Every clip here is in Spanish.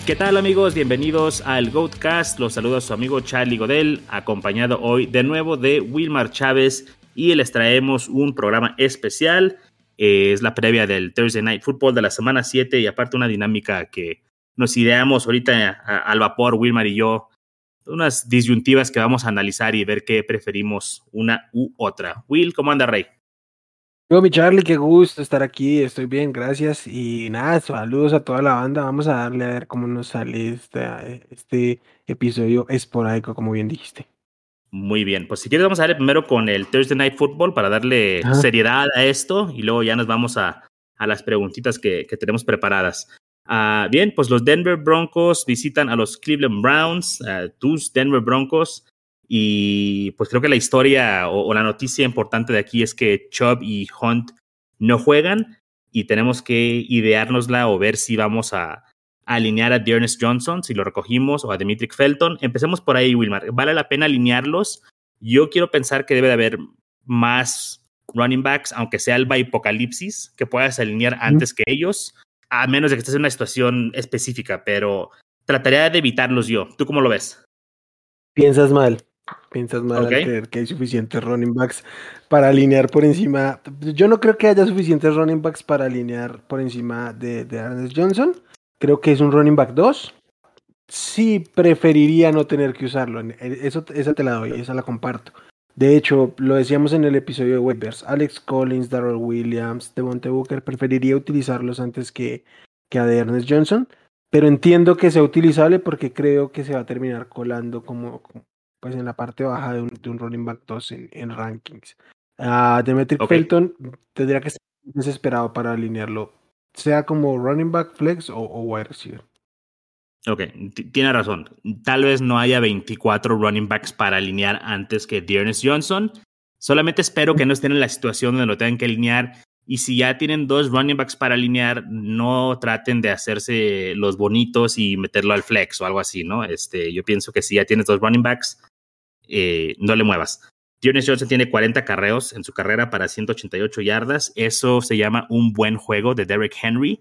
¿Qué tal, amigos? Bienvenidos al GOATcast. Los saluda su amigo Charlie Godel, acompañado hoy de nuevo de Wilmar Chávez, y les traemos un programa especial. Es la previa del Thursday Night Football de la semana 7 y aparte una dinámica que nos ideamos ahorita al vapor, Wilmar y yo, unas disyuntivas que vamos a analizar y ver qué preferimos una u otra. Will, ¿cómo anda, Rey? Yo, mi Charlie, qué gusto estar aquí, estoy bien, gracias. Y nada, saludos a toda la banda. Vamos a darle a ver cómo nos sale este episodio esporádico, como bien dijiste. Muy bien, pues si quieres vamos a ver primero con el Thursday Night Football para darle Ajá. seriedad a esto y luego ya nos vamos a las preguntitas que tenemos preparadas. Bien, pues los Denver Broncos visitan a los Cleveland Browns, tus Denver Broncos, y pues creo que la historia o la noticia importante de aquí es que Chubb y Hunt no juegan y tenemos que ideárnosla o ver si vamos a alinear a D'Ernest Johnson, si lo recogimos, o a Demetric Felton. Empecemos por ahí, Wilmar. ¿Vale la pena alinearlos? Yo quiero pensar que debe de haber más running backs, aunque sea el Apocalipsis, que puedas alinear antes que ellos, a menos de que estés en una situación específica, pero trataría de evitarlos yo. ¿Tú cómo lo ves? Piensas mal, al Ok. creer que hay suficientes running backs para alinear por encima. Yo no creo que haya suficientes running backs para alinear por encima de Ernest Johnson. Creo que es un running back 2. Sí, preferiría no tener que usarlo. Esa te la doy, esa la comparto. De hecho, lo decíamos en el episodio de waivers. Alex Collins, Darrell Williams, Devontae Booker, preferiría utilizarlos antes que a Ernest Johnson. Pero entiendo que sea utilizable porque creo que se va a terminar colando pues en la parte baja de un running back 2 en rankings. Demetric Ok. Felton tendría que estar desesperado para alinearlo, sea como running back flex o wide receiver. Ok, tiene razón. Tal vez no haya 24 running backs para alinear antes que D'Ernest Johnson. Solamente espero que no estén en la situación donde lo tengan que alinear. Y si ya tienen dos running backs para alinear, no traten de hacerse los bonitos y meterlo al flex o algo así, ¿no? Yo pienso que si ya tienes dos running backs, no le muevas. D'Ernest Johnson tiene 40 carreos en su carrera para 188 yardas. Eso se llama un buen juego de Derrick Henry.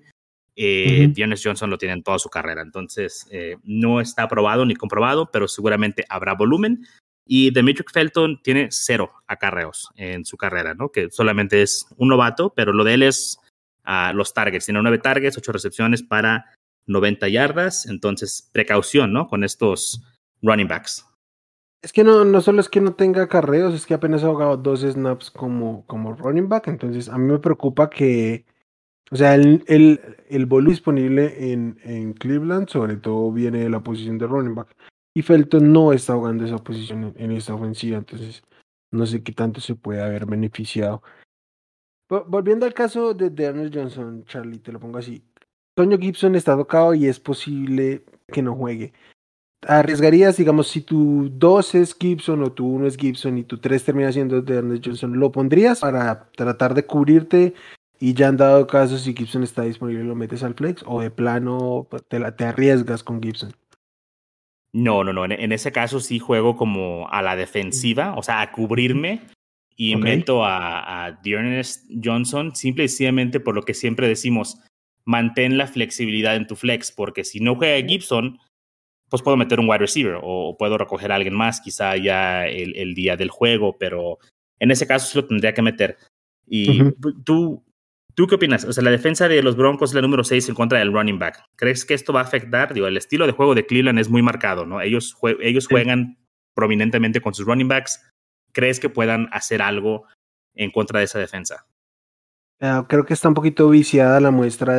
D'Ernest Johnson lo tiene en toda su carrera, entonces no está probado ni comprobado, pero seguramente habrá volumen. Y Demetric Felton tiene 0 acarreos en su carrera, ¿no? Que solamente es un novato, pero lo de él es los targets. Tiene 9 targets, 8 recepciones para 90 yardas, entonces precaución, ¿no? Con estos running backs. Es que no solo es que no tenga carreos, es que apenas ha jugado 2 snaps como running back, entonces a mí me preocupa que, o sea, el volumen disponible en Cleveland sobre todo viene de la posición de running back, y Felton no está jugando esa posición en esta ofensiva, entonces no sé qué tanto se puede haber beneficiado. Volviendo al caso de Ernest Johnson, Charlie, te lo pongo así. Antonio Gibson está tocado y es posible que no juegue. ¿Arriesgarías, digamos, si tu 2 es Gibson o tu 1 es Gibson y tu 3 termina siendo de Ernest Johnson, lo pondrías para tratar de cubrirte y ya han dado caso si Gibson está disponible lo metes al flex o de plano te arriesgas con Gibson? No. En ese caso sí juego como a la defensiva, o sea, a cubrirme y Ok. meto a D'Ernest Johnson simple y sencillamente por lo que siempre decimos, mantén la flexibilidad en tu flex, porque si no juega Gibson, pues puedo meter un wide receiver o puedo recoger a alguien más quizá ya el día del juego, pero en ese caso sí lo tendría que meter. Y Ujú. ¿tú qué opinas? O sea, la defensa de los Broncos es la número 6 en contra del running back. ¿Crees que esto va a afectar? Digo, el estilo de juego de Cleveland es muy marcado, ¿no? Ellos Sí. juegan prominentemente con sus running backs. ¿Crees que puedan hacer algo en contra de esa defensa? Creo que está un poquito viciada la muestra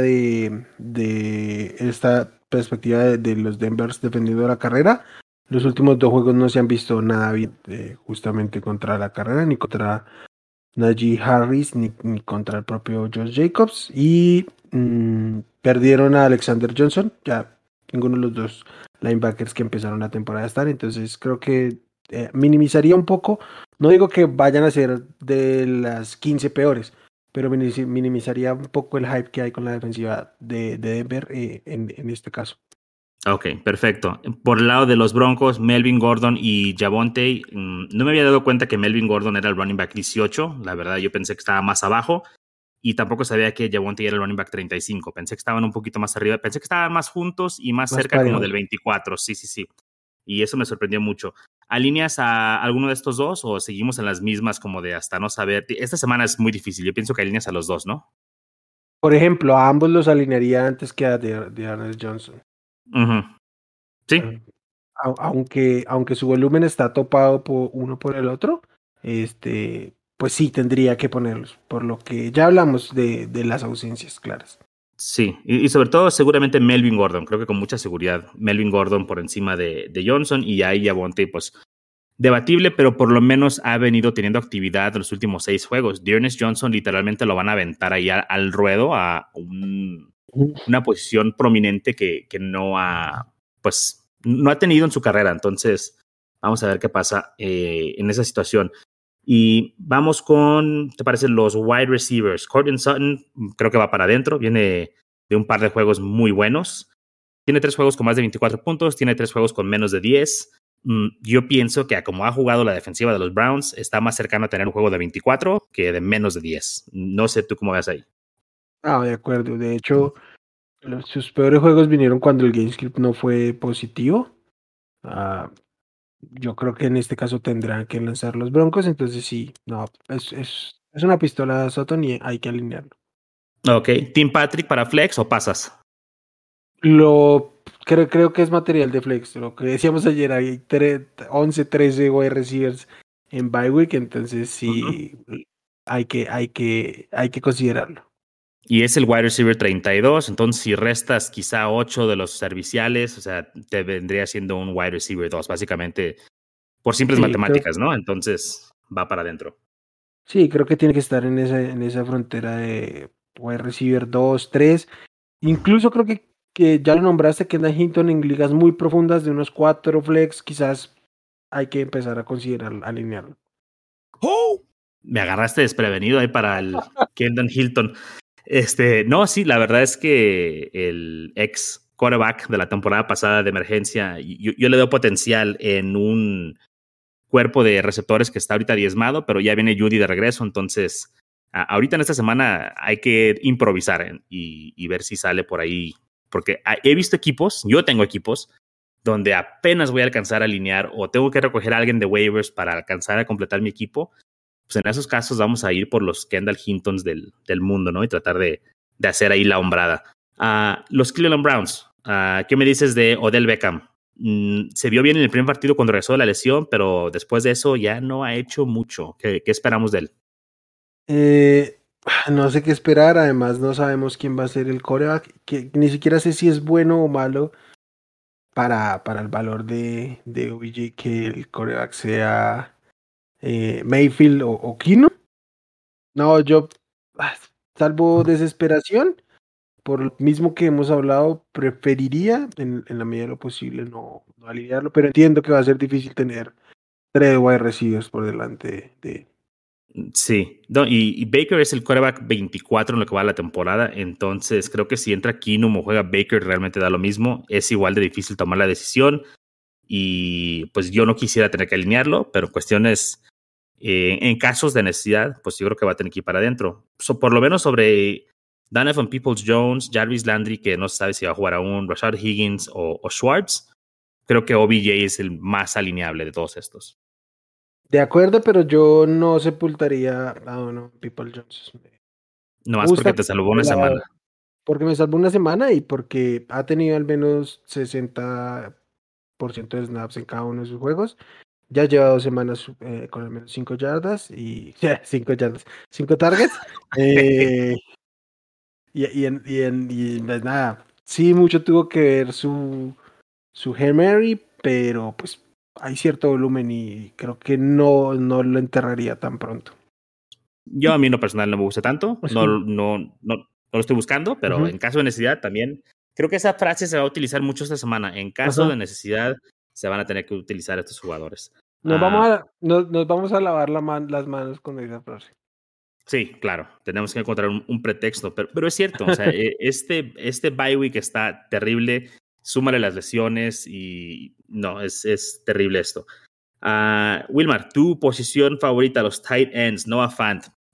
de esta perspectiva de los Denvers defendiendo la carrera. Los últimos 2 juegos no se han visto nada bien justamente contra la carrera, ni contra Najee Harris, ni contra el propio Josh Jacobs. Y perdieron a Alexander Johnson, ya ninguno de los dos linebackers que empezaron la temporada a estar. Entonces creo que minimizaría un poco. No digo que vayan a ser de las 15 peores, pero minimizaría un poco el hype que hay con la defensiva de Denver en este caso. Ok, perfecto. Por el lado de los Broncos, Melvin Gordon y Javonte, no me había dado cuenta que Melvin Gordon era el running back 18. La verdad, yo pensé que estaba más abajo. y tampoco sabía que Javonte era el running back 35. Pensé que estaban un poquito más arriba, pensé que estaban más juntos y más cerca como del 24. Sí. Y eso me sorprendió mucho. ¿Alineas a alguno de estos dos o seguimos en las mismas como de hasta no saber? Esta semana es muy difícil. Yo pienso que alineas a los dos, ¿no? Por ejemplo, a ambos los alinearía antes que a Ernest Johnson. Sí. Aunque su volumen está topado uno por el otro, pues sí tendría que ponerlos, por lo que ya hablamos de las ausencias claras. Sí, y sobre todo seguramente Melvin Gordon, creo que con mucha seguridad Melvin Gordon por encima de Johnson, y ahí Javonte pues debatible, pero por lo menos ha venido teniendo actividad en los últimos 6 juegos. D'Ernest Johnson literalmente lo van a aventar ahí al ruedo a una posición prominente que no ha tenido en su carrera. Entonces vamos a ver qué pasa en esa situación. Y vamos con, ¿te parece? Los wide receivers. Courtland Sutton creo que va para adentro, viene de un par de juegos muy buenos. Tiene 3 juegos con más de 24 puntos, tiene 3 juegos con menos de 10. Yo pienso que como ha jugado la defensiva de los Browns, está más cercano a tener un juego de 24 que de menos de 10. No sé tú cómo ves ahí. De acuerdo. De hecho, sus peores juegos vinieron cuando el GameScript no fue positivo. Yo creo que en este caso tendrán que lanzar los Broncos, entonces sí, no, es una pistola Sutton y hay que alinearlo. Ok, ¿Team Patrick para flex o pasas? Creo que es material de flex, lo que decíamos ayer, hay 11, 13 wide receivers en bye week, entonces sí, hay que considerarlo. Y es el wide receiver 32, entonces si restas quizá 8 de los serviciales, o sea, te vendría siendo un wide receiver 2, básicamente por simples matemáticas, ¿no? Entonces va para adentro. Sí, creo que tiene que estar en esa frontera de wide receiver 2, 3. Incluso creo que ya lo nombraste, que en Hinton en ligas muy profundas de unos 4 flex, quizás hay que empezar a considerar alinearlo. ¡Oh! Me agarraste desprevenido ahí para el Kendon Hilton. No, sí, la verdad es que el ex quarterback de la temporada pasada de emergencia, yo le doy potencial en un cuerpo de receptores que está ahorita diezmado, pero ya viene Judy de regreso, entonces ahorita en esta semana hay que improvisar y ver si sale por ahí, porque he visto equipos, yo tengo equipos donde apenas voy a alcanzar a alinear o tengo que recoger a alguien de waivers para alcanzar a completar mi equipo. Pues en esos casos vamos a ir por los Kendall Hintons del mundo, ¿no? Y tratar de hacer ahí la hombrada. Los Cleveland Browns, ¿qué me dices de Odell Beckham? Se vio bien en el primer partido cuando regresó de la lesión, pero después de eso ya no ha hecho mucho. ¿Qué esperamos de él? No sé qué esperar, además no sabemos quién va a ser el quarterback, que ni siquiera sé si es bueno o malo para el valor de OBJ que el quarterback sea Mayfield o Kino. No, yo, salvo desesperación, por lo mismo que hemos hablado, preferiría en la medida de lo posible no alinearlo, pero entiendo que va a ser difícil tener 3 wide receivers por delante de. Sí, no, y Baker es el quarterback 24 en lo que va la temporada, entonces creo que si entra Keenum o juega Baker realmente da lo mismo, es igual de difícil tomar la decisión y pues yo no quisiera tener que alinearlo, pero en cuestiones, en casos de necesidad, pues yo creo que va a tener que ir para adentro. Por lo menos sobre Donovan Peoples-Jones, Jarvis Landry, que no se sabe si va a jugar aún, Rashard Higgins o Schwartz, creo que OBJ es el más alineable de todos estos. De acuerdo, pero yo no sepultaría a People Jones. No más porque te salvó una semana. Porque me salvó una semana y porque ha tenido al menos 60% de snaps en cada uno de sus juegos. Ya lleva 2 semanas con al menos 5 yardas y 5 yardas, 5 targets. Y pues nada, sí, mucho tuvo que ver su Hail Mary, pero pues hay cierto volumen y creo que no lo enterraría tan pronto. Yo a mí en lo personal no me gusta tanto, Es no, un- no, no, no lo estoy buscando, pero Ujú. en caso de necesidad también, creo que esa frase se va a utilizar mucho esta semana. En caso de Ajá. necesidad, se van a tener que utilizar estos jugadores. Nos vamos a lavar las manos con esa frase. Sí, claro, tenemos que encontrar un pretexto, pero es cierto, o sea, este bye week está terrible, súmale las lesiones y no, es terrible esto. Wilmar, tu posición favorita, los tight ends, Noah Fant.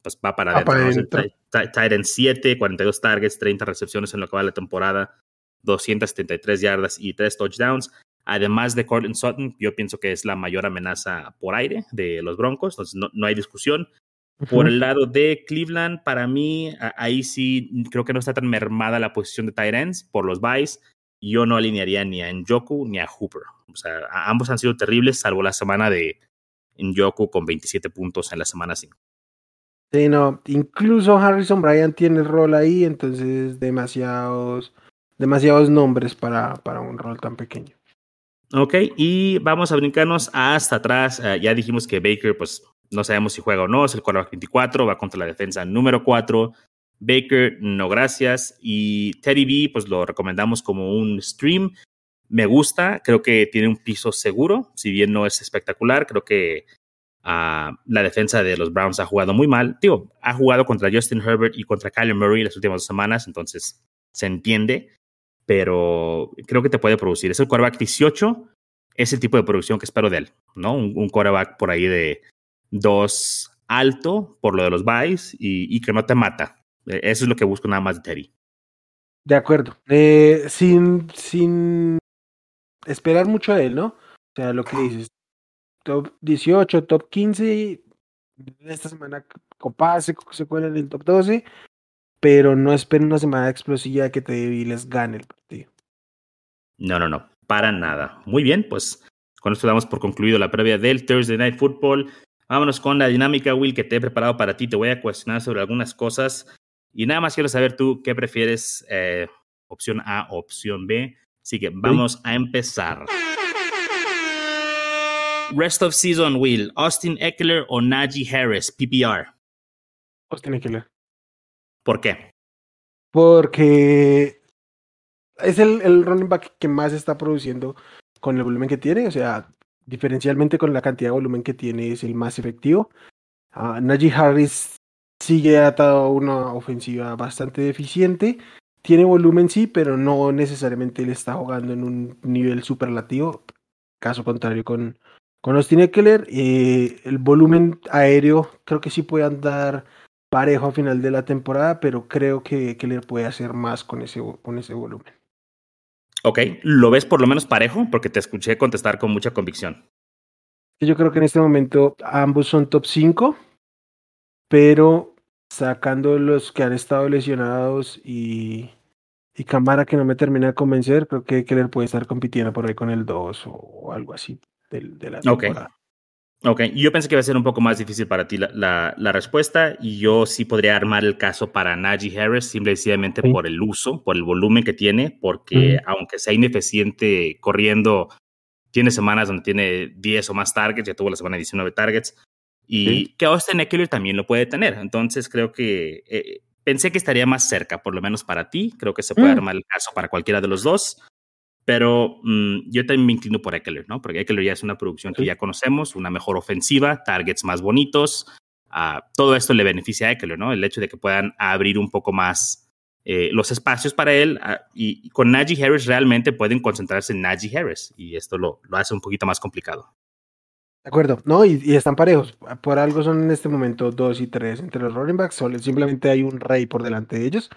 pues va para Va adentro, para ¿no? Es el adentro. tight end 7, 42 targets, 30 recepciones en lo que va de la temporada, 273 yardas y 3 touchdowns. Además de Courtland Sutton, yo pienso que es la mayor amenaza por aire de los Broncos, entonces no hay discusión. Por Ujú. el lado de Cleveland, para mí, ahí sí creo que no está tan mermada la posición de tight ends por los byes. Yo no alinearía ni a Njoku ni a Hooper. O sea, ambos han sido terribles, salvo la semana de Njoku con 27 puntos en la semana 5. Sí, no, incluso Harrison Bryant tiene el rol ahí, entonces demasiados nombres para un rol tan pequeño. Ok, y vamos a brincarnos hasta atrás. Ya dijimos que Baker, pues no sabemos si juega o no, es el quarterback 24, va contra la defensa número 4. Baker, no gracias. Y Teddy B, pues lo recomendamos como un stream. Me gusta, creo que tiene un piso seguro, si bien no es espectacular, creo que la defensa de los Browns ha jugado muy mal. Digo, ha jugado contra Justin Herbert y contra Kyler Murray las últimas 2 semanas, entonces se entiende, pero creo que te puede producir. Es el quarterback 18, es el tipo de producción que espero de él, ¿no? Un quarterback por ahí de 2 alto, por lo de los buys, y que no te mata. Eso es lo que busco nada más de Teddy. De acuerdo. Sin esperar mucho de él, ¿no? O sea, lo que dices, top 18, top 15, esta semana capaz se cuela en el top 12, pero no esperen una semana explosiva que te y les gane el partido. No, para nada. Muy bien, pues con esto damos por concluido la previa del Thursday Night Football. Vámonos con la dinámica, Will, que te he preparado para ti. Te voy a cuestionar sobre algunas cosas y nada más quiero saber tú qué prefieres, opción A o opción B. Así que ¿Sí? vamos a empezar. Rest of season, Will. Austin Eckler o Najee Harris, PPR. Pues tiene que leer. ¿Por qué? Porque es el running back que más está produciendo con el volumen que tiene, o sea, diferencialmente con la cantidad de volumen que tiene, es el más efectivo. Najee Harris sigue atado a una ofensiva bastante deficiente. Tiene volumen, sí, pero no necesariamente le está jugando en un nivel superlativo. Caso contrario con Austin Eckler. El volumen aéreo creo que sí puede andar parejo a final de la temporada, pero creo que Eckler puede hacer más con ese volumen. Ok, ¿lo ves por lo menos parejo? Porque te escuché contestar con mucha convicción. Yo creo que en este momento ambos son top 5, pero sacando los que han estado lesionados y Camara que no me termina de convencer, creo que Keller puede estar compitiendo por ahí con el 2 o algo así de la Ok, temporada. ok, yo pensé que iba a ser un poco más difícil para ti la respuesta y yo sí podría armar el caso para Najee Harris simplemente Sí. por el uso, por el volumen que tiene, porque Ujú. aunque sea ineficiente corriendo, tiene semanas donde tiene 10 o más targets, ya tuvo la semana de 19 targets, Sí. y que Austin Eckler también lo puede tener. Entonces creo que pensé que estaría más cerca, por lo menos para ti. Creo que se puede Mm, armar el caso para cualquiera de los dos. Pero yo también me inclino por Eckler, ¿no? Porque Eckler ya es una producción que sí. ya conocemos, una mejor ofensiva, targets más bonitos. Todo esto le beneficia a Eckler, ¿no? El hecho de que puedan abrir un poco más los espacios para él. Y con Najee Harris realmente pueden concentrarse en Najee Harris. Y esto lo hace un poquito más complicado. De acuerdo, no, y están parejos. Por algo son en este momento 2 y 3 entre los running backs. Simplemente hay un rey por delante de ellos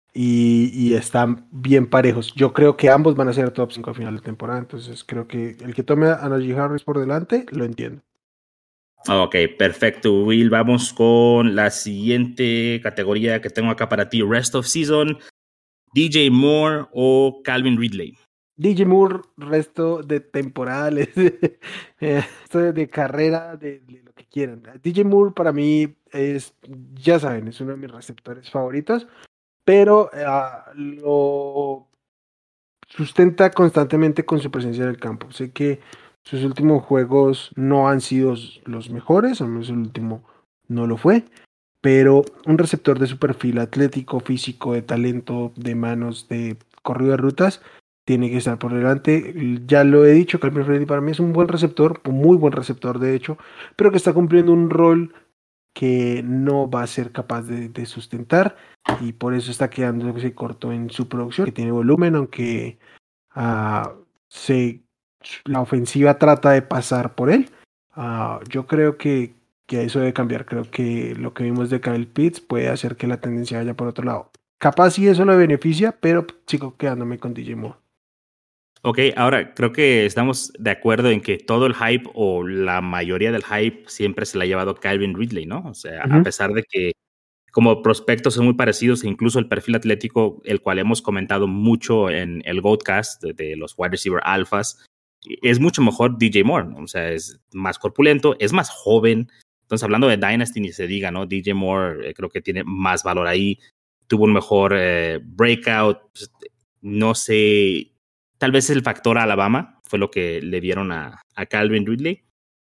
y están bien parejos. Yo creo que ambos van a ser top 5 a final de temporada. Entonces creo que el que tome a Najee Harris por delante lo entiendo. Ok, perfecto, Will. Vamos con la siguiente categoría que tengo acá para ti. Rest of Season, DJ Moore o Calvin Ridley. DJ Moore, resto de temporales, esto de carrera, de lo que quieran. DJ Moore para mí es, ya saben, es uno de mis receptores favoritos, pero lo sustenta constantemente con su presencia en el campo. Sé que sus últimos juegos no han sido los mejores, al menos el último no lo fue, pero un receptor de su perfil atlético, físico, de talento, de manos, de corrido de rutas, tiene que estar por delante. Ya lo he dicho, Calvin Ridley para mí es un buen receptor, un muy buen receptor de hecho, pero que está cumpliendo un rol que no va a ser capaz de sustentar y por eso está quedándose corto en su producción, que tiene volumen, aunque ah, se, la ofensiva trata de pasar por él. Yo creo que que eso debe cambiar. Creo que lo que vimos de Kyle Pitts puede hacer que la tendencia vaya por otro lado. Capaz si eso lo beneficia, pero sigo quedándome con DJ Moore. Ok, ahora creo que estamos de acuerdo en que todo el hype o la mayoría del hype siempre se la ha llevado Calvin Ridley, ¿no? O sea, a pesar de que como prospectos son muy parecidos e incluso el perfil atlético, el cual hemos comentado mucho en el Goatcast de los wide receiver alphas, es mucho mejor DJ Moore, ¿no? O sea, es más corpulento, es más joven. Entonces, hablando de Dynasty, ni se diga, ¿no? DJ Moore creo que tiene más valor ahí, tuvo un mejor breakout, pues, no sé, tal vez el factor Alabama fue lo que le dieron a Calvin Ridley.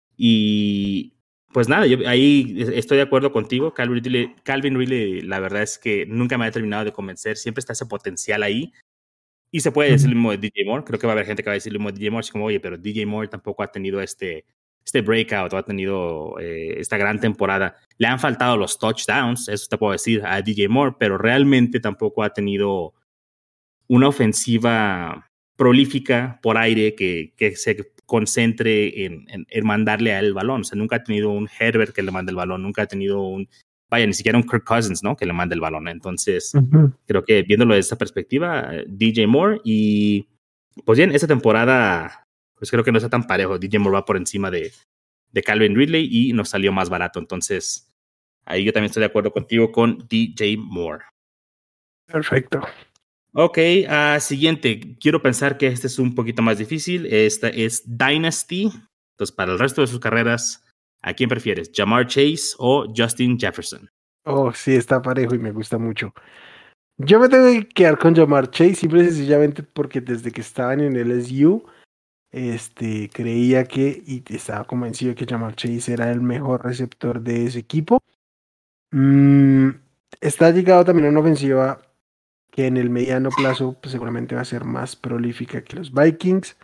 Y pues nada, yo ahí estoy de acuerdo contigo. Calvin Ridley, la verdad es que nunca me ha terminado de convencer. Siempre está ese potencial ahí. Y se puede decir lo mismo de DJ Moore. Creo que va a haber gente que va a decir lo mismo de DJ Moore. Así como, oye, pero DJ Moore tampoco ha tenido este breakout o ha tenido esta gran temporada. Le han faltado los touchdowns, eso te puedo decir, a DJ Moore, pero realmente tampoco ha tenido una ofensiva prolífica por aire que se concentre en mandarle a él el balón. O sea, nunca ha tenido un Herbert que le mande el balón, nunca ha tenido ni siquiera un Kirk Cousins, ¿no? Que le mande el balón. Entonces, creo que viéndolo desde esta perspectiva, DJ Moore y pues bien, esta temporada, pues creo que no está tan parejo. DJ Moore va por encima de Calvin Ridley y nos salió más barato. Entonces, ahí yo también estoy de acuerdo contigo con DJ Moore. Perfecto. Ok, siguiente. Quiero pensar que este es un poquito más difícil. Esta es Dynasty. Entonces, para el resto de sus carreras, ¿a quién prefieres? ¿Jamar Chase o Justin Jefferson? Oh, sí, está parejo y me gusta mucho. Yo me tengo que quedar con Jamar Chase, simple y sencillamente porque desde que estaban en LSU, creía que y estaba convencido de que Jamar Chase era el mejor receptor de ese equipo. Está llegado también a una ofensiva que en el mediano plazo pues, seguramente va a ser más prolífica que los Vikings.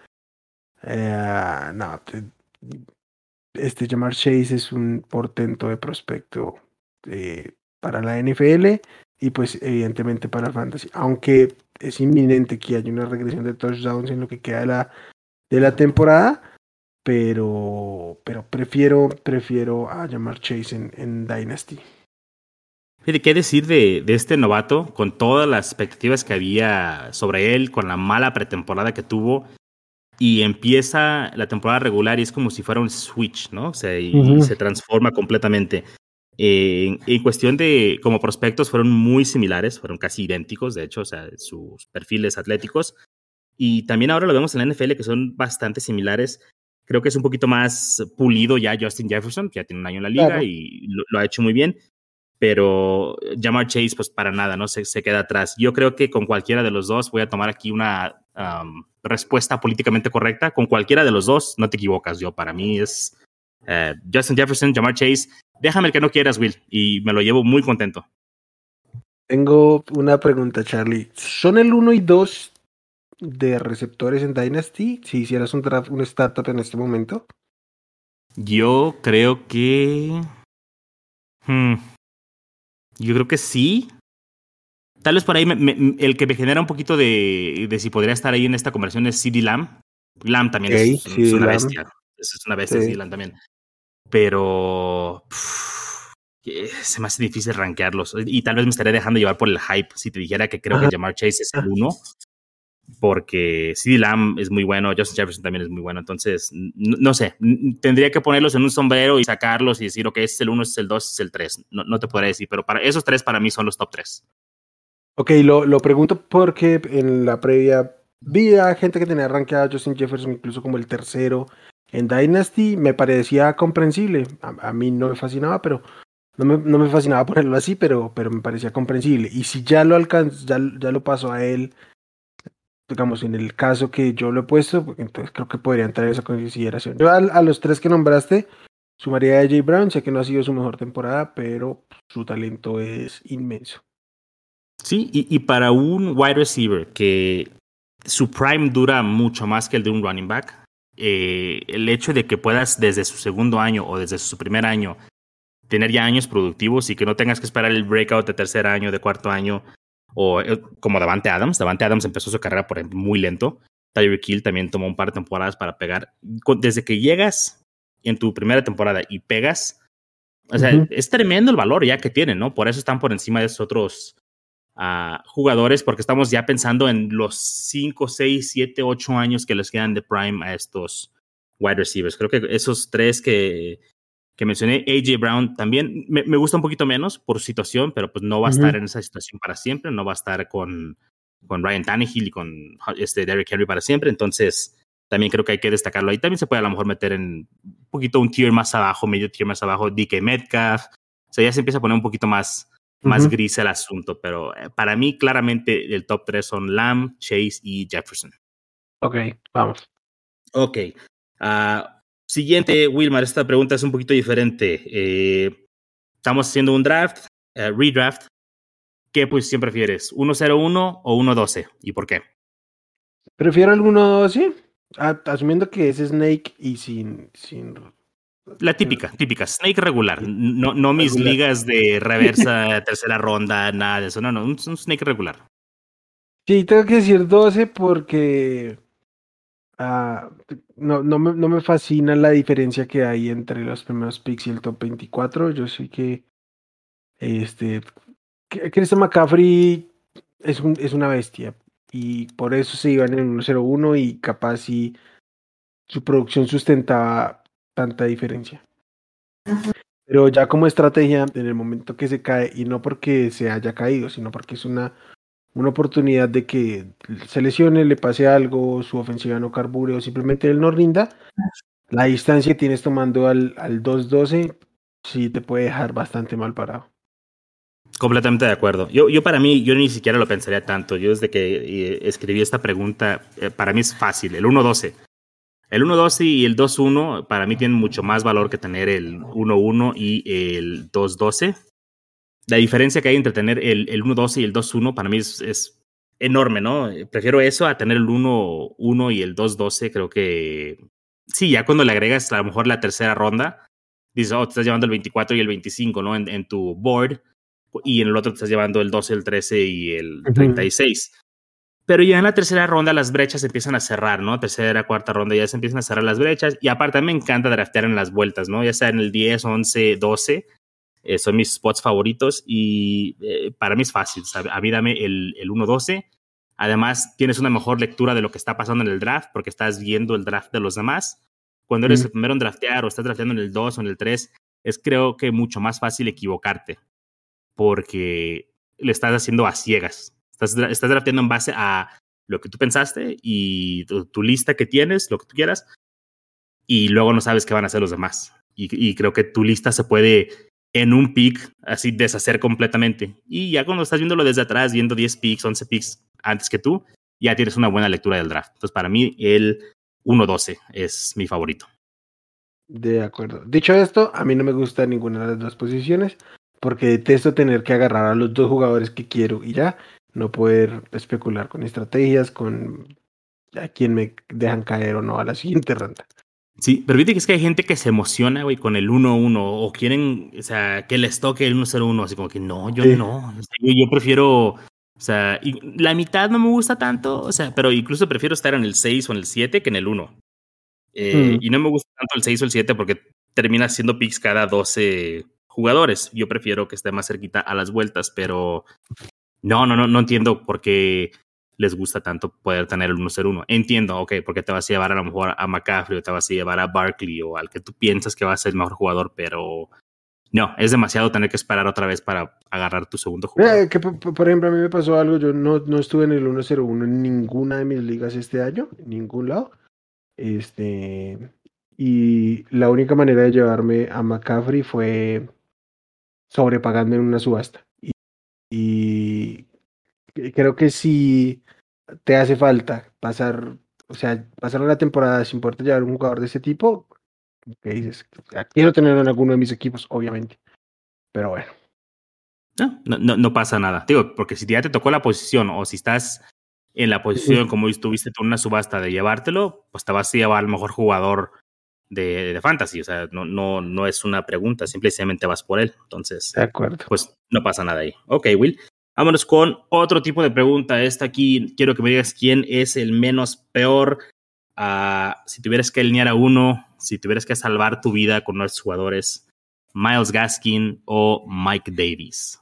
No, Jamar Chase es un portento de prospecto para la NFL y pues evidentemente para el fantasy, aunque es inminente que haya una regresión de touchdowns en lo que queda de la temporada, pero prefiero a Jamar Chase en Dynasty. Fíjate, ¿qué decir de este novato con todas las expectativas que había sobre él, con la mala pretemporada que tuvo? Y empieza la temporada regular y es como si fuera un switch, ¿no? O sea, y se transforma completamente. En cuestión de, como prospectos, fueron muy similares, fueron casi idénticos, de hecho, o sea, sus perfiles atléticos. Y también ahora lo vemos en la NFL, que son bastante similares. Creo que es un poquito más pulido ya Justin Jefferson, que ya tiene un año en la liga Claro. y lo ha hecho muy bien. Pero Jamar Chase, pues para nada, ¿no? Se queda atrás. Yo creo que con cualquiera de los dos, voy a tomar aquí una respuesta políticamente correcta. Con cualquiera de los dos, no te equivocas. Para mí es Justin Jefferson, Jamar Chase. Déjame el que no quieras, Will, y me lo llevo muy contento. Tengo una pregunta, Charlie. ¿Son el 1 y 2 de receptores en Dynasty si hicieras un draft, un startup en este momento? Yo creo que... yo creo que sí. Tal vez por ahí el que me genera un poquito de si podría estar ahí en esta conversación es CeeDee Lamb. Lamb también Ok, es sí, una Lamb. bestia. Es una bestia CeeDee Sí. Lamb también. Pero se me hace difícil rankearlos. Y tal vez me estaría dejando llevar por el hype si te dijera que creo que Jamar Chase es el uno. Porque CeeDee Lamb es muy bueno, Justin Jefferson también es muy bueno. Entonces, no sé, tendría que ponerlos en un sombrero y sacarlos y decir, ok, este es el 1, este es el 2, este es el 3. No te podría decir, pero para esos 3 para mí son los top 3. Ok, lo pregunto porque en la previa vi a gente que tenía rankeado a Justin Jefferson incluso como el tercero en Dynasty. Me parecía comprensible. A mí no me fascinaba, pero no me fascinaba ponerlo así, pero me parecía comprensible. Y si ya lo alcanzo, ya lo paso a él, digamos, en el caso que yo lo he puesto, pues, entonces creo que podría entrar en esa consideración. Yo a los 3 que nombraste sumaría a AJ Brown. Sé que no ha sido su mejor temporada, pero su talento es inmenso. Sí, y para un wide receiver que su prime dura mucho más que el de un running back, el hecho de que puedas desde su segundo año o desde su primer año tener ya años productivos y que no tengas que esperar el breakout de tercer año, de cuarto año, o como Davante Adams. Davante Adams empezó su carrera por ejemplo, muy lento. Tyreek Hill también tomó un par de temporadas para pegar. Desde que llegas en tu primera temporada y pegas, O sea, es tremendo el valor ya que tienen, ¿no? Por eso están por encima de esos otros jugadores, porque estamos ya pensando en los 5, 6, 7, 8 años que les quedan de prime a estos wide receivers. Creo que esos tres que mencioné, A.J. Brown también me gusta un poquito menos por su situación, pero pues no va a estar en esa situación para siempre, no va a estar con Ryan Tannehill y con Derrick Henry para siempre, entonces también creo que hay que destacarlo. Ahí también se puede a lo mejor meter en un poquito un tier más abajo, medio tier más abajo, DK Metcalf, o sea, ya se empieza a poner un poquito más gris el asunto, pero para mí claramente el top 3 son Lamb, Chase y Jefferson. Ok, vamos. Ok. Siguiente, Wilmar, esta pregunta es un poquito diferente. Estamos haciendo un draft, redraft. ¿Qué posición prefieres? ¿1-0-1 o 1-12? ¿Y por qué? Prefiero el 1-12, asumiendo que es Snake y sin La típica. Snake regular. No mis regular. ligas de reversa, tercera ronda, nada de eso. No, un Snake regular. Sí, tengo que decir 12 porque no me fascina la diferencia que hay entre los primeros picks y el top 24. Yo sé que Christian McCaffrey es una bestia y por eso se iban en el 1-0-1 y capaz si su producción sustentaba tanta diferencia. Pero ya como estrategia, en el momento que se cae, y no porque se haya caído, sino porque es una oportunidad de que se lesione, le pase algo, su ofensiva no carbure o simplemente él no rinda, la distancia que tienes tomando al 2-12 sí te puede dejar bastante mal parado. Completamente de acuerdo. Yo para mí, yo ni siquiera lo pensaría tanto. Yo desde que escribí esta pregunta, para mí es fácil. El 1-12. El 1-12 y el 2-1 para mí tienen mucho más valor que tener el 1-1 y el 2-12. La diferencia que hay entre tener el 1-12 y el 2-1 para mí es enorme, ¿no? Prefiero eso a tener el 1-1 y el 2-12. Creo que sí, ya cuando le agregas a lo mejor la tercera ronda, dices, te estás llevando el 24 y el 25, ¿no? En tu board, y en el otro te estás llevando el 12, el 13 y el 36. Pero ya en la tercera ronda las brechas se empiezan a cerrar, ¿no? Tercera, cuarta ronda ya se empiezan a cerrar las brechas. Y aparte me encanta draftear en las vueltas, ¿no? Ya sea en el 10, 11, 12. Son mis spots favoritos y para mí es fácil. A mí dame el 1-12. Además, tienes una mejor lectura de lo que está pasando en el draft porque estás viendo el draft de los demás. Cuando eres el primero en draftear o estás drafteando en el 2 o en el 3, es creo que mucho más fácil equivocarte porque le estás haciendo a ciegas. Estás drafteando en base a lo que tú pensaste y tu lista que tienes, lo que tú quieras, y luego no sabes qué van a hacer los demás. Y creo que tu lista se puede en un pick así deshacer completamente. Y ya cuando estás viéndolo desde atrás, viendo 10 picks, 11 picks antes que tú, ya tienes una buena lectura del draft. Entonces, para mí, el 1-12 es mi favorito. De acuerdo. Dicho esto, a mí no me gusta ninguna de las dos posiciones porque detesto tener que agarrar a los dos jugadores que quiero y ya no poder especular con estrategias, con a quién me dejan caer o no a la siguiente ronda. Sí, pero viste que es que hay gente que se emociona, güey, con el 1-1 o quieren, o sea, que les toque el 1-0-1, así como que no, yo no. O sea, yo prefiero, o sea, y la mitad no me gusta tanto, o sea, pero incluso prefiero estar en el 6 o en el 7 que en el 1. Y no me gusta tanto el 6 o el 7 porque termina haciendo picks cada 12 jugadores. Yo prefiero que esté más cerquita a las vueltas, pero no entiendo por qué les gusta tanto poder tener el 1-0-1. Entiendo, ok, porque te vas a llevar a lo mejor a McCaffrey o te vas a llevar a Barkley o al que tú piensas que va a ser el mejor jugador, pero no, es demasiado tener que esperar otra vez para agarrar tu segundo jugador. Que, por ejemplo, a mí me pasó algo, yo no estuve en el 1-0-1 en ninguna de mis ligas este año, en ningún lado. Y la única manera de llevarme a McCaffrey fue sobrepagando en una subasta. Y creo que si te hace falta pasar una temporada sin poder llevar un jugador de ese tipo, que dices, o sea, quiero tenerlo en alguno de mis equipos, obviamente. Pero bueno. No pasa nada. Digo, porque si ya te tocó la posición o si estás en la posición como estuviste tú en una subasta de llevártelo, pues te vas a llevar al mejor jugador de fantasy. O sea, no es una pregunta, simplemente vas por él. Entonces, De acuerdo. Pues no pasa nada ahí. Ok, Will. Vámonos con otro tipo de pregunta. Esta aquí, quiero que me digas quién es el menos peor. Si tuvieras que alinear a uno, si tuvieras que salvar tu vida con nuestros jugadores, Myles Gaskin o Mike Davis.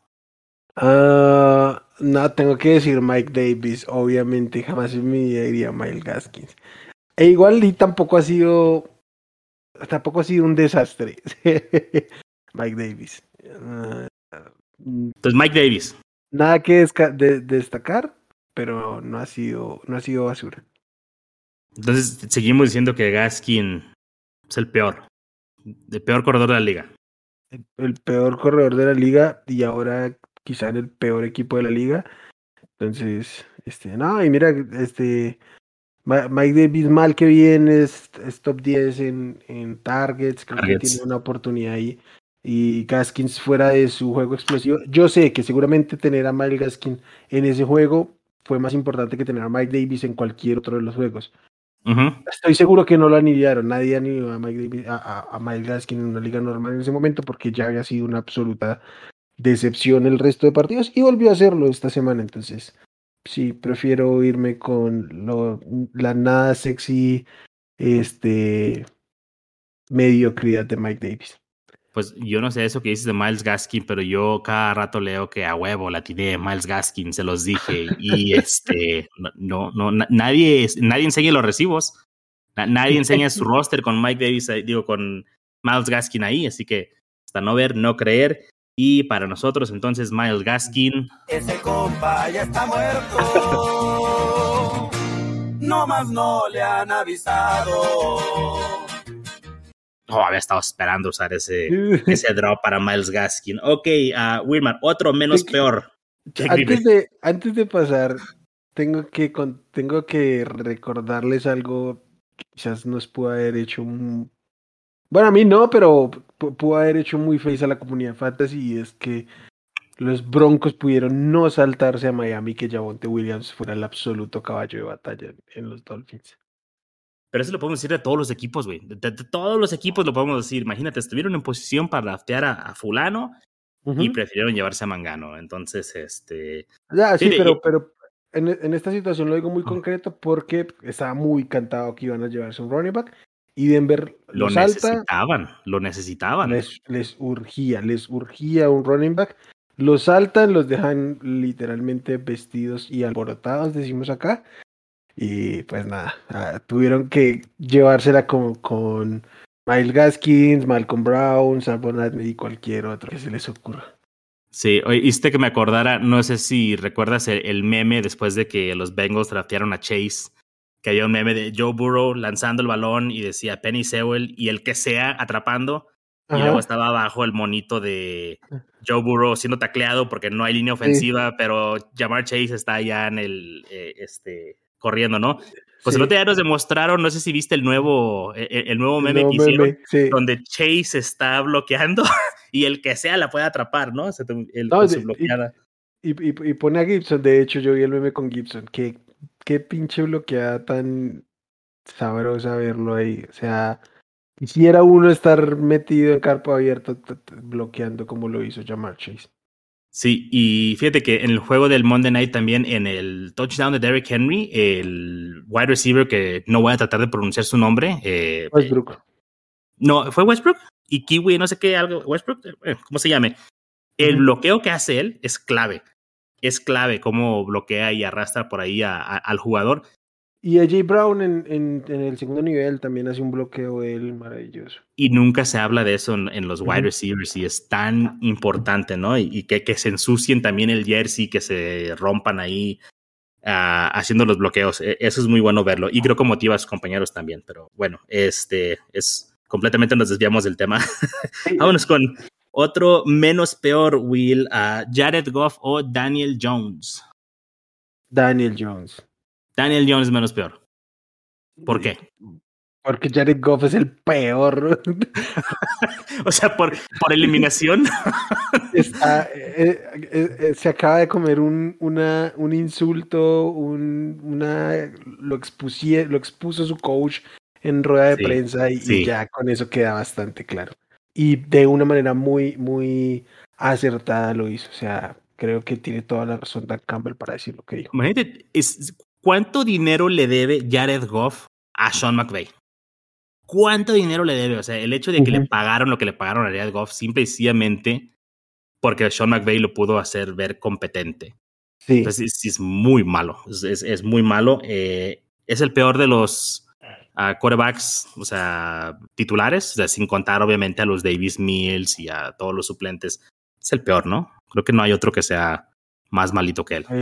No, tengo que decir Mike Davis, obviamente, jamás en mi vida diría Myles Gaskins. E igual y tampoco ha sido un desastre. Mike Davis. Entonces, Mike Davis. Nada que destacar, pero no ha sido basura. Entonces, seguimos diciendo que Gaskin es el peor corredor de la liga. El peor corredor de la liga y ahora quizá en el peor equipo de la liga. Entonces, no, y mira, Mike Davis mal que bien es top 10 en targets, creo que tiene una oportunidad ahí. Y Gaskins fuera de su juego explosivo. Yo sé que seguramente tener a Myles Gaskin en ese juego fue más importante que tener a Mike Davis en cualquier otro de los juegos. Estoy seguro que no lo anidaron, nadie anidó a Mike Davis, a Myles Gaskin en una liga normal en ese momento porque ya había sido una absoluta decepción el resto de partidos y volvió a hacerlo esta semana. Entonces, sí, prefiero irme con la nada sexy mediocridad de Mike Davis. Pues yo no sé eso que dices de Myles Gaskin, pero yo cada rato leo que a huevo la tiré Myles Gaskin, se los dije. Y nadie enseña los recibos. Nadie enseña su roster con Mike Davis, con Myles Gaskin ahí. Así que hasta no ver, no creer. Y para nosotros, entonces, Myles Gaskin. Ese compa ya está muerto. No más no le han avisado. Había estado esperando usar ese drop para Myles Gaskin. Ok, Wilmar, otro menos peor. Antes de pasar, tengo que recordarles algo que quizás nos pudo haber hecho bueno, a mí no, pero pudo haber hecho muy feliz a la comunidad fantasy, y es que los Broncos pudieron no saltarse a Miami, que Javonte Williams fuera el absoluto caballo de batalla en los Dolphins. Pero eso lo podemos decir de todos los equipos, güey. De todos los equipos lo podemos decir. Imagínate, estuvieron en posición para draftear a fulano y prefirieron llevarse a Mangano. Entonces, Ya, sí, pero en esta situación lo digo muy concreto porque estaba muy cantado que iban a llevarse un running back y Denver lo necesitaban. Les urgía un running back. Los saltan, los dejan literalmente vestidos y alborotados, decimos acá. Y pues nada, tuvieron que llevársela con Myles Gaskins, Malcolm Brown, Salvon Ahmed y cualquier otro que se les ocurra. Sí, oíste que me acordara, no sé si recuerdas el meme después de que los Bengals draftearon a Chase, que había un meme de Joe Burrow lanzando el balón y decía Penny Sewell y el que sea atrapando. Ajá. Y luego estaba abajo el monito de Joe Burrow siendo tacleado porque no hay línea ofensiva, sí. Pero Ja'Marr Chase está allá en el corriendo, ¿no? Pues sí. El otro día nos demostraron, no sé si viste el nuevo meme que hicieron, sí. Donde Chase está bloqueando y el que sea la puede atrapar, ¿no? Con su bloqueada. Y pone a Gibson, de hecho yo vi el meme con Gibson, qué pinche bloqueada tan sabrosa verlo ahí, o sea, quisiera uno estar metido en campo abierto bloqueando como lo hizo Ja'Marr Chase. Sí, y fíjate que en el juego del Monday Night también, en el touchdown de Derrick Henry, el wide receiver, que no voy a tratar de pronunciar su nombre. Westbrook. No, ¿fue Westbrook? Y Kiwi, no sé qué, algo, Westbrook, ¿cómo se llame? El bloqueo que hace él es clave. Es clave cómo bloquea y arrastra por ahí al jugador. Y AJ Brown en el segundo nivel también hace un bloqueo de él maravilloso. Y nunca se habla de eso en los wide receivers y es tan importante, ¿no? Y que se ensucien también el jersey, que se rompan ahí haciendo los bloqueos. Eso es muy bueno verlo y creo que motiva a sus compañeros también. Pero bueno, es completamente nos desviamos del tema. Vámonos con otro menos peor, Will. Jared Goff o Daniel Jones. Daniel Jones. Daniel Jones es menos peor. ¿Por qué? Porque Jared Goff es el peor. O sea, por eliminación. Se acaba de comer un insulto, lo expuso su coach en rueda de prensa y ya con eso queda bastante claro. Y de una manera muy, muy acertada lo hizo. O sea, creo que tiene toda la razón Dan Campbell para decir lo que dijo. Imagínate, ¿cuánto dinero le debe Jared Goff a Sean McVay? ¿cuánto dinero le debe? O sea, el hecho de que le pagaron lo que le pagaron a Jared Goff simple y sencillamente porque Sean McVay lo pudo hacer ver competente. Sí. Entonces, sí es muy malo. Es muy malo. Es el peor de los quarterbacks, o sea, titulares, o sea, sin contar obviamente a los Davis Mills y a todos los suplentes. Es el peor, ¿no? Creo que no hay otro que sea más malito que él.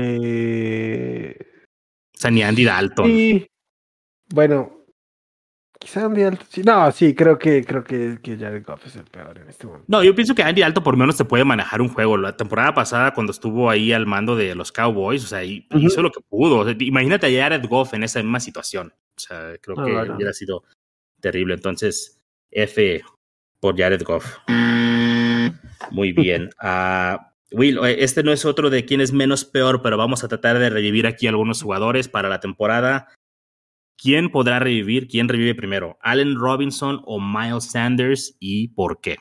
O sea, ni Andy Dalton. Sí. Bueno, quizá Andy Dalton. Sí. No, sí, creo que Jared Goff es el peor en este momento. No, yo pienso que Andy Dalton por lo menos te puede manejar un juego. La temporada pasada, cuando estuvo ahí al mando de los Cowboys, o sea, hizo lo que pudo. O sea, imagínate a Jared Goff en esa misma situación. O sea, creo que hubiera sido terrible. Entonces, F por Jared Goff. Muy bien. Will, este no es otro de quién es menos peor, pero vamos a tratar de revivir aquí algunos jugadores para la temporada. ¿Quién podrá revivir? ¿Quién revive primero? ¿Allen Robinson o Miles Sanders? ¿Y por qué?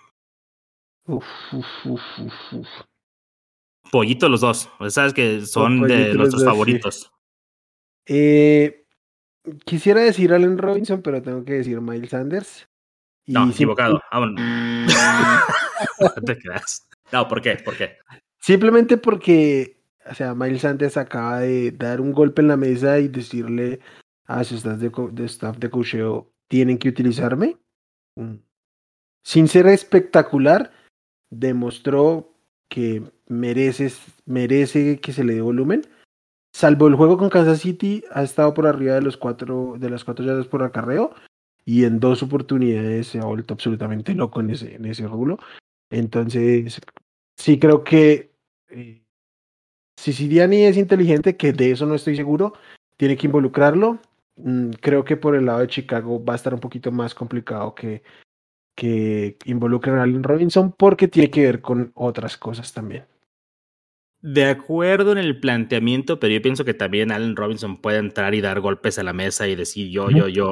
Pollito los dos. Sabes que son de nuestros favoritos. Sí. Quisiera decir Allen Robinson, pero tengo que decir Miles Sanders. No, equivocado. No te creas. No, ¿por qué? ¿Por qué? Simplemente porque, o sea, Miles Sanders acaba de dar un golpe en la mesa y decirle a su staff de coacheo, tienen que utilizarme. Sin ser espectacular, demostró que merece que se le dé volumen. Salvo el juego con Kansas City, ha estado por arriba de las 4 yardas por acarreo y en 2 oportunidades se ha vuelto absolutamente loco en ese rulo. Entonces, sí creo que si Sirianni es inteligente, que de eso no estoy seguro, tiene que involucrarlo. Creo que por el lado de Chicago va a estar un poquito más complicado que involucren a Allen Robinson porque tiene que ver con otras cosas también. De acuerdo en el planteamiento, pero yo pienso que también Allen Robinson puede entrar y dar golpes a la mesa y decir yo,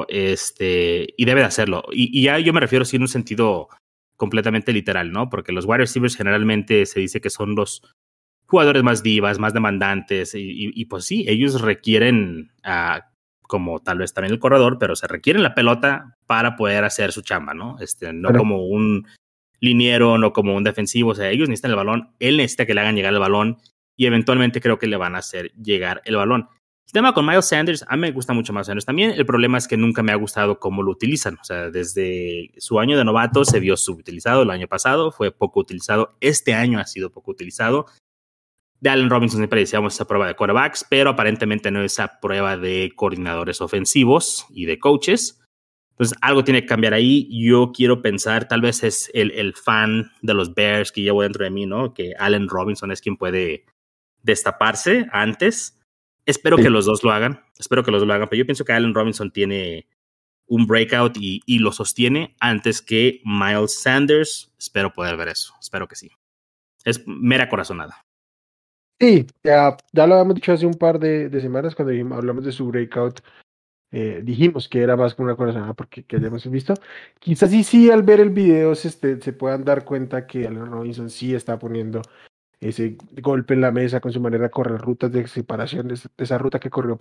y debe de hacerlo. Y ya yo me refiero así en un sentido completamente literal, ¿no? Porque los wide receivers generalmente se dice que son los jugadores más divas, más demandantes, y pues sí, ellos requieren, como tal vez también el corredor, pero se requieren la pelota para poder hacer su chamba, ¿no? No como un liniero, no como un defensivo, o sea, ellos necesitan el balón, él necesita que le hagan llegar el balón y eventualmente creo que le van a hacer llegar el balón. El tema con Miles Sanders, a mí me gusta mucho Miles Sanders también, el problema es que nunca me ha gustado cómo lo utilizan, o sea, desde su año de novato se vio subutilizado, el año pasado fue poco utilizado, este año ha sido poco utilizado. De Allen Robinson siempre decíamos esa prueba de quarterbacks, pero aparentemente no esa prueba de coordinadores ofensivos y de coaches. Entonces, algo tiene que cambiar ahí. Yo quiero pensar, tal vez es el fan de los Bears que llevo dentro de mí, ¿no? Que Allen Robinson es quien puede destaparse antes. Espero que los dos lo hagan. Pero yo pienso que Allen Robinson tiene un breakout y lo sostiene antes que Miles Sanders. Espero poder ver eso. Espero que sí. Es mera corazonada. Sí, ya lo habíamos dicho hace un par de semanas cuando hablamos de su breakout. Dijimos que era más que una corazonada porque que hayamos visto. Quizás sí al ver el video se puedan dar cuenta que Allen Robinson sí está poniendo ese golpe en la mesa con su manera de correr rutas de separación, de esa ruta que corrió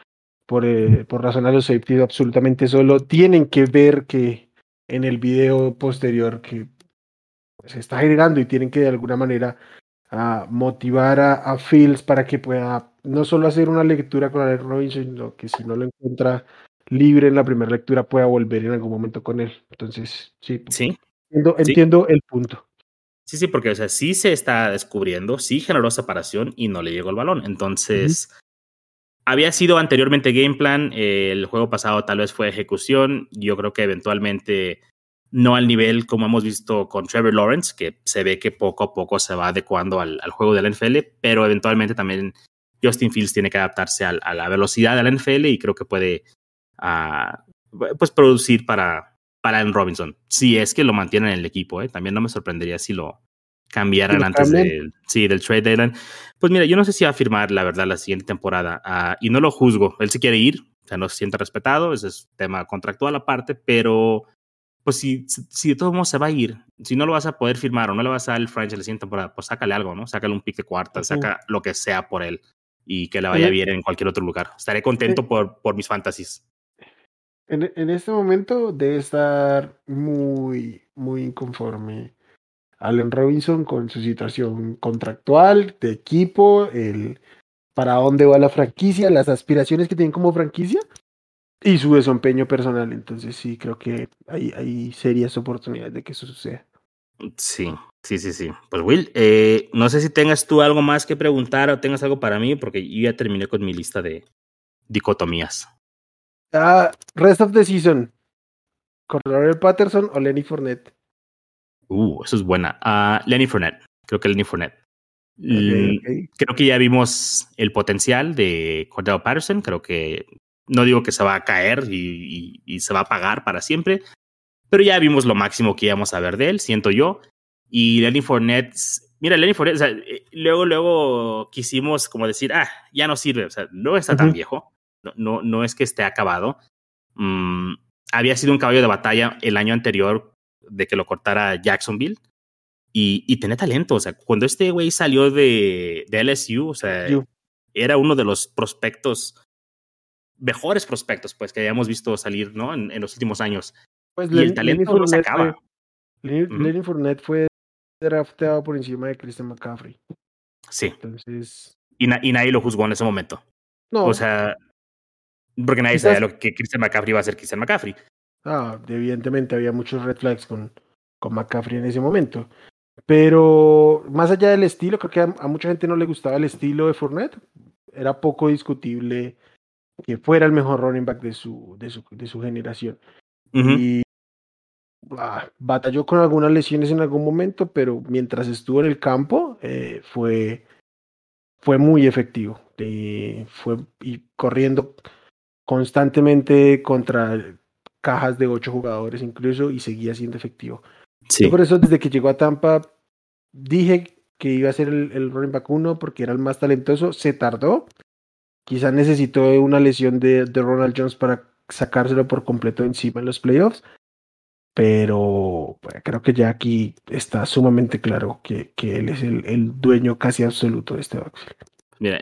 por razones de safety absolutamente solo. Tienen que ver que en el video posterior que se está generando y tienen que de alguna manera motivar a Fields para que pueda no solo hacer una lectura con Allen Robinson, sino que si no lo encuentra libre en la primera lectura pueda volver en algún momento con él. Entonces, sí. Entiendo el punto. Sí, porque o sea, sí se está descubriendo, sí generó separación y no le llegó el balón. Entonces, había sido anteriormente game plan, el juego pasado tal vez fue ejecución. Yo creo que eventualmente no al nivel como hemos visto con Trevor Lawrence, que se ve que poco a poco se va adecuando al juego de la NFL, pero eventualmente también Justin Fields tiene que adaptarse a la velocidad de la NFL y creo que puede pues producir para Allen Robinson. Si es que lo mantienen en el equipo, también no me sorprendería si lo cambiaran antes del trade deadline. Pues mira, yo no sé si va a firmar, la verdad, la siguiente temporada. Y no lo juzgo. Él se quiere ir, o sea, no se siente respetado. Ese es tema contractual aparte, pero pues si de todos modos se va a ir, si no lo vas a poder firmar o no le vas a dar el franchise la siguiente temporada, pues sácale algo, ¿no? Sácale un pick de cuarta, saca lo que sea por él y que le vaya bien en cualquier otro lugar. Estaré contento por mis fantasies. En este momento debe estar muy, muy inconforme Allen Robinson con su situación contractual, de equipo, el para dónde va la franquicia, las aspiraciones que tienen como franquicia y su desempeño personal. Entonces sí, creo que hay serias oportunidades de que eso suceda. Sí, sí. Pues Will, no sé si tengas tú algo más que preguntar o tengas algo para mí, porque yo ya terminé con mi lista de dicotomías. Rest of the season, Cordarrelle Patterson o Lenny Fournette. Eso es buena. Lenny Fournette. Creo que Lenny Fournette. Ok. Creo que ya vimos el potencial de Cordell Patterson. Creo que no digo que se va a caer y se va a pagar para siempre, pero ya vimos lo máximo que íbamos a ver de él, siento yo. Y Lenny Fournette, mira, Lenny Fournette, o sea, luego quisimos como decir, ya no sirve, o sea, no está tan viejo, no es que esté acabado. Había sido un caballo de batalla el año anterior de que lo cortara Jacksonville y tenía talento, o sea, cuando este güey salió de LSU, o sea, era uno de los mejores prospectos, pues, que hayamos visto salir, ¿no? En los últimos años. Pues Y el talento no se acaba. Lenny Fournette fue drafteado por encima de Christian McCaffrey. Sí. Entonces. Y nadie lo juzgó en ese momento. No. O sea, porque nadie sabía lo que Christian McCaffrey iba a ser Christian McCaffrey. Evidentemente había muchos red flags con McCaffrey en ese momento. Pero más allá del estilo, creo que a mucha gente no le gustaba el estilo de Fournette. Era poco discutible que fuera el mejor running back de su generación. Y batalló con algunas lesiones en algún momento, pero mientras estuvo en el campo fue muy efectivo. Fue y corriendo constantemente contra cajas de 8 jugadores incluso y seguía siendo efectivo. Sí. Yo por eso desde que llegó a Tampa dije que iba a ser el running back 1 porque era el más talentoso. Se tardó. Quizás necesitó una lesión de Ronald Jones para sacárselo por completo encima en los playoffs. Pero creo que ya aquí está sumamente claro que él es el dueño casi absoluto de este backfield. Mira,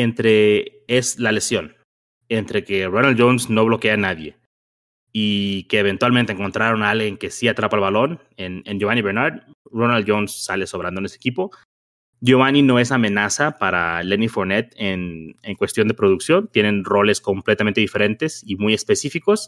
es la lesión, entre que Ronald Jones no bloquea a nadie y que eventualmente encontraron a alguien que sí atrapa el balón en Giovanni Bernard, Ronald Jones sale sobrando en ese equipo. Giovanni no es amenaza para Lenny Fournette en cuestión de producción. Tienen roles completamente diferentes y muy específicos.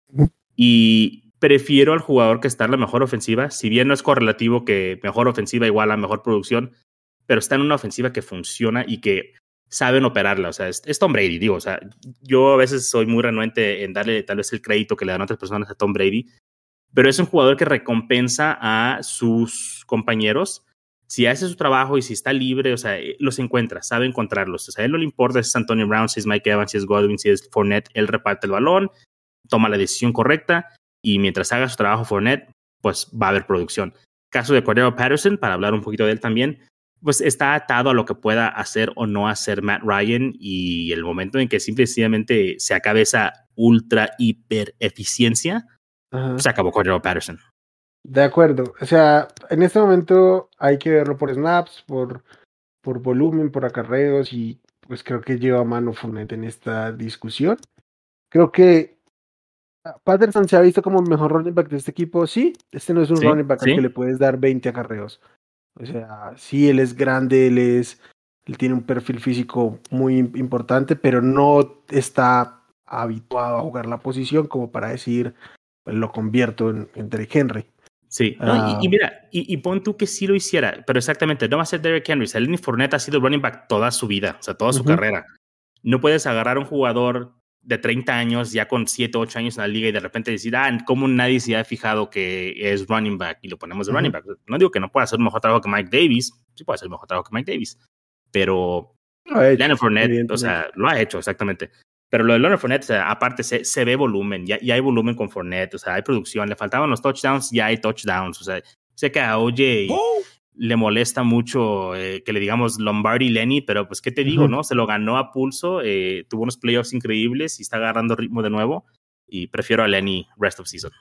Y prefiero al jugador que está en la mejor ofensiva, si bien no es correlativo que mejor ofensiva igual a mejor producción, pero está en una ofensiva que funciona y que saben operarla. O sea, es Tom Brady, digo. O sea, yo a veces soy muy renuente en darle tal vez el crédito que le dan otras personas a Tom Brady, pero es un jugador que recompensa a sus compañeros. Si hace su trabajo y si está libre, o sea, los encuentra, sabe encontrarlos. O sea, a él no le importa si es Antonio Brown, si es Mike Evans, si es Godwin, si es Fournette, él reparte el balón, toma la decisión correcta y mientras haga su trabajo Fournette, pues va a haber producción. Caso de Cordell Patterson, para hablar un poquito de él también, pues está atado a lo que pueda hacer o no hacer Matt Ryan y el momento en que simplemente se acabe esa ultra hiper eficiencia, se acabó Cordell Patterson. De acuerdo. O sea, en este momento hay que verlo por snaps, por volumen, por acarreos y pues creo que lleva mano Fournette en esta discusión. Creo que Patterson se ha visto como el mejor running back de este equipo. Sí, este no es un running back al que le puedes dar 20 acarreos. O sea, sí, él es grande, él tiene un perfil físico muy importante, pero no está habituado a jugar la posición como para decir, pues, lo convierto en Derrick Henry. Sí, no, y mira, y pon tú que sí lo hiciera, pero exactamente, no va a ser Derrick Henry. Lenny Fournette ha sido running back toda su vida, o sea, toda su carrera. No puedes agarrar a un jugador de 30 años, ya con 7, 8 años en la liga y de repente decir, ¿cómo nadie se ha fijado que es running back? Y lo ponemos de running back. No digo que no pueda hacer un mejor trabajo que Mike Davis, sí puede hacer un mejor trabajo que Mike Davis, pero Leonard Fournette, o sea, lo ha hecho, exactamente. Pero lo de Leonard Fournette, o sea, aparte se ve volumen, ya hay volumen con Fournette, o sea, hay producción, le faltaban los touchdowns, ya hay touchdowns, o sea, sé que a OJ le molesta mucho que le digamos Lombardi Lenny, pero pues, ¿qué te digo, no? Se lo ganó a pulso, tuvo unos playoffs increíbles y está agarrando ritmo de nuevo, y prefiero a Lenny rest of season.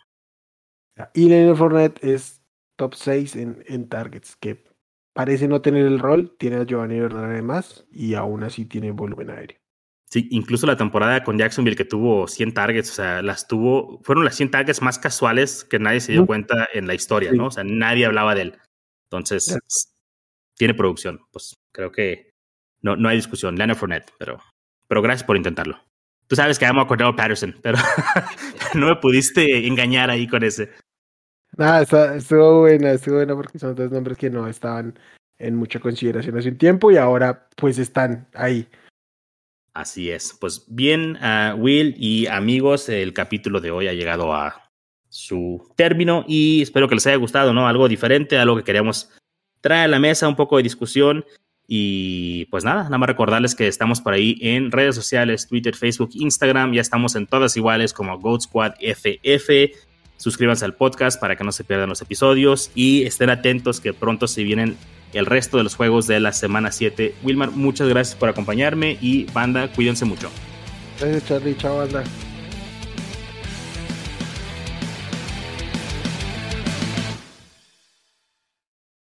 Y Leonard Fournette es top 6 en targets, que parece no tener el rol, tiene a Giovanni Bernard además, y aún así tiene volumen aéreo. Sí, incluso la temporada con Jacksonville que tuvo 100 targets, o sea, fueron las 100 targets más casuales que nadie se dio cuenta en la historia, ¿no? O sea, nadie hablaba de él. Entonces, tiene producción. Pues creo que no hay discusión. Leonard Fournette, pero gracias por intentarlo. Tú sabes que amo a Cordell Patterson, pero no me pudiste engañar ahí con ese. Nada, estuvo buena porque son dos nombres que no estaban en mucha consideración hace un tiempo y ahora pues están ahí. Así es. Pues bien, Will y amigos, el capítulo de hoy ha llegado a su término y espero que les haya gustado, ¿no? Algo diferente, algo que queríamos traer a la mesa, un poco de discusión. Y pues nada más recordarles que estamos por ahí en redes sociales, Twitter, Facebook, Instagram. Ya estamos en todas iguales como Goat Squad FF. Suscríbanse al podcast para que no se pierdan los episodios y estén atentos que pronto se vienen el resto de los juegos de la semana 7. Wilmar, muchas gracias por acompañarme y banda, cuídense mucho. Gracias, Charlie. Chao, banda.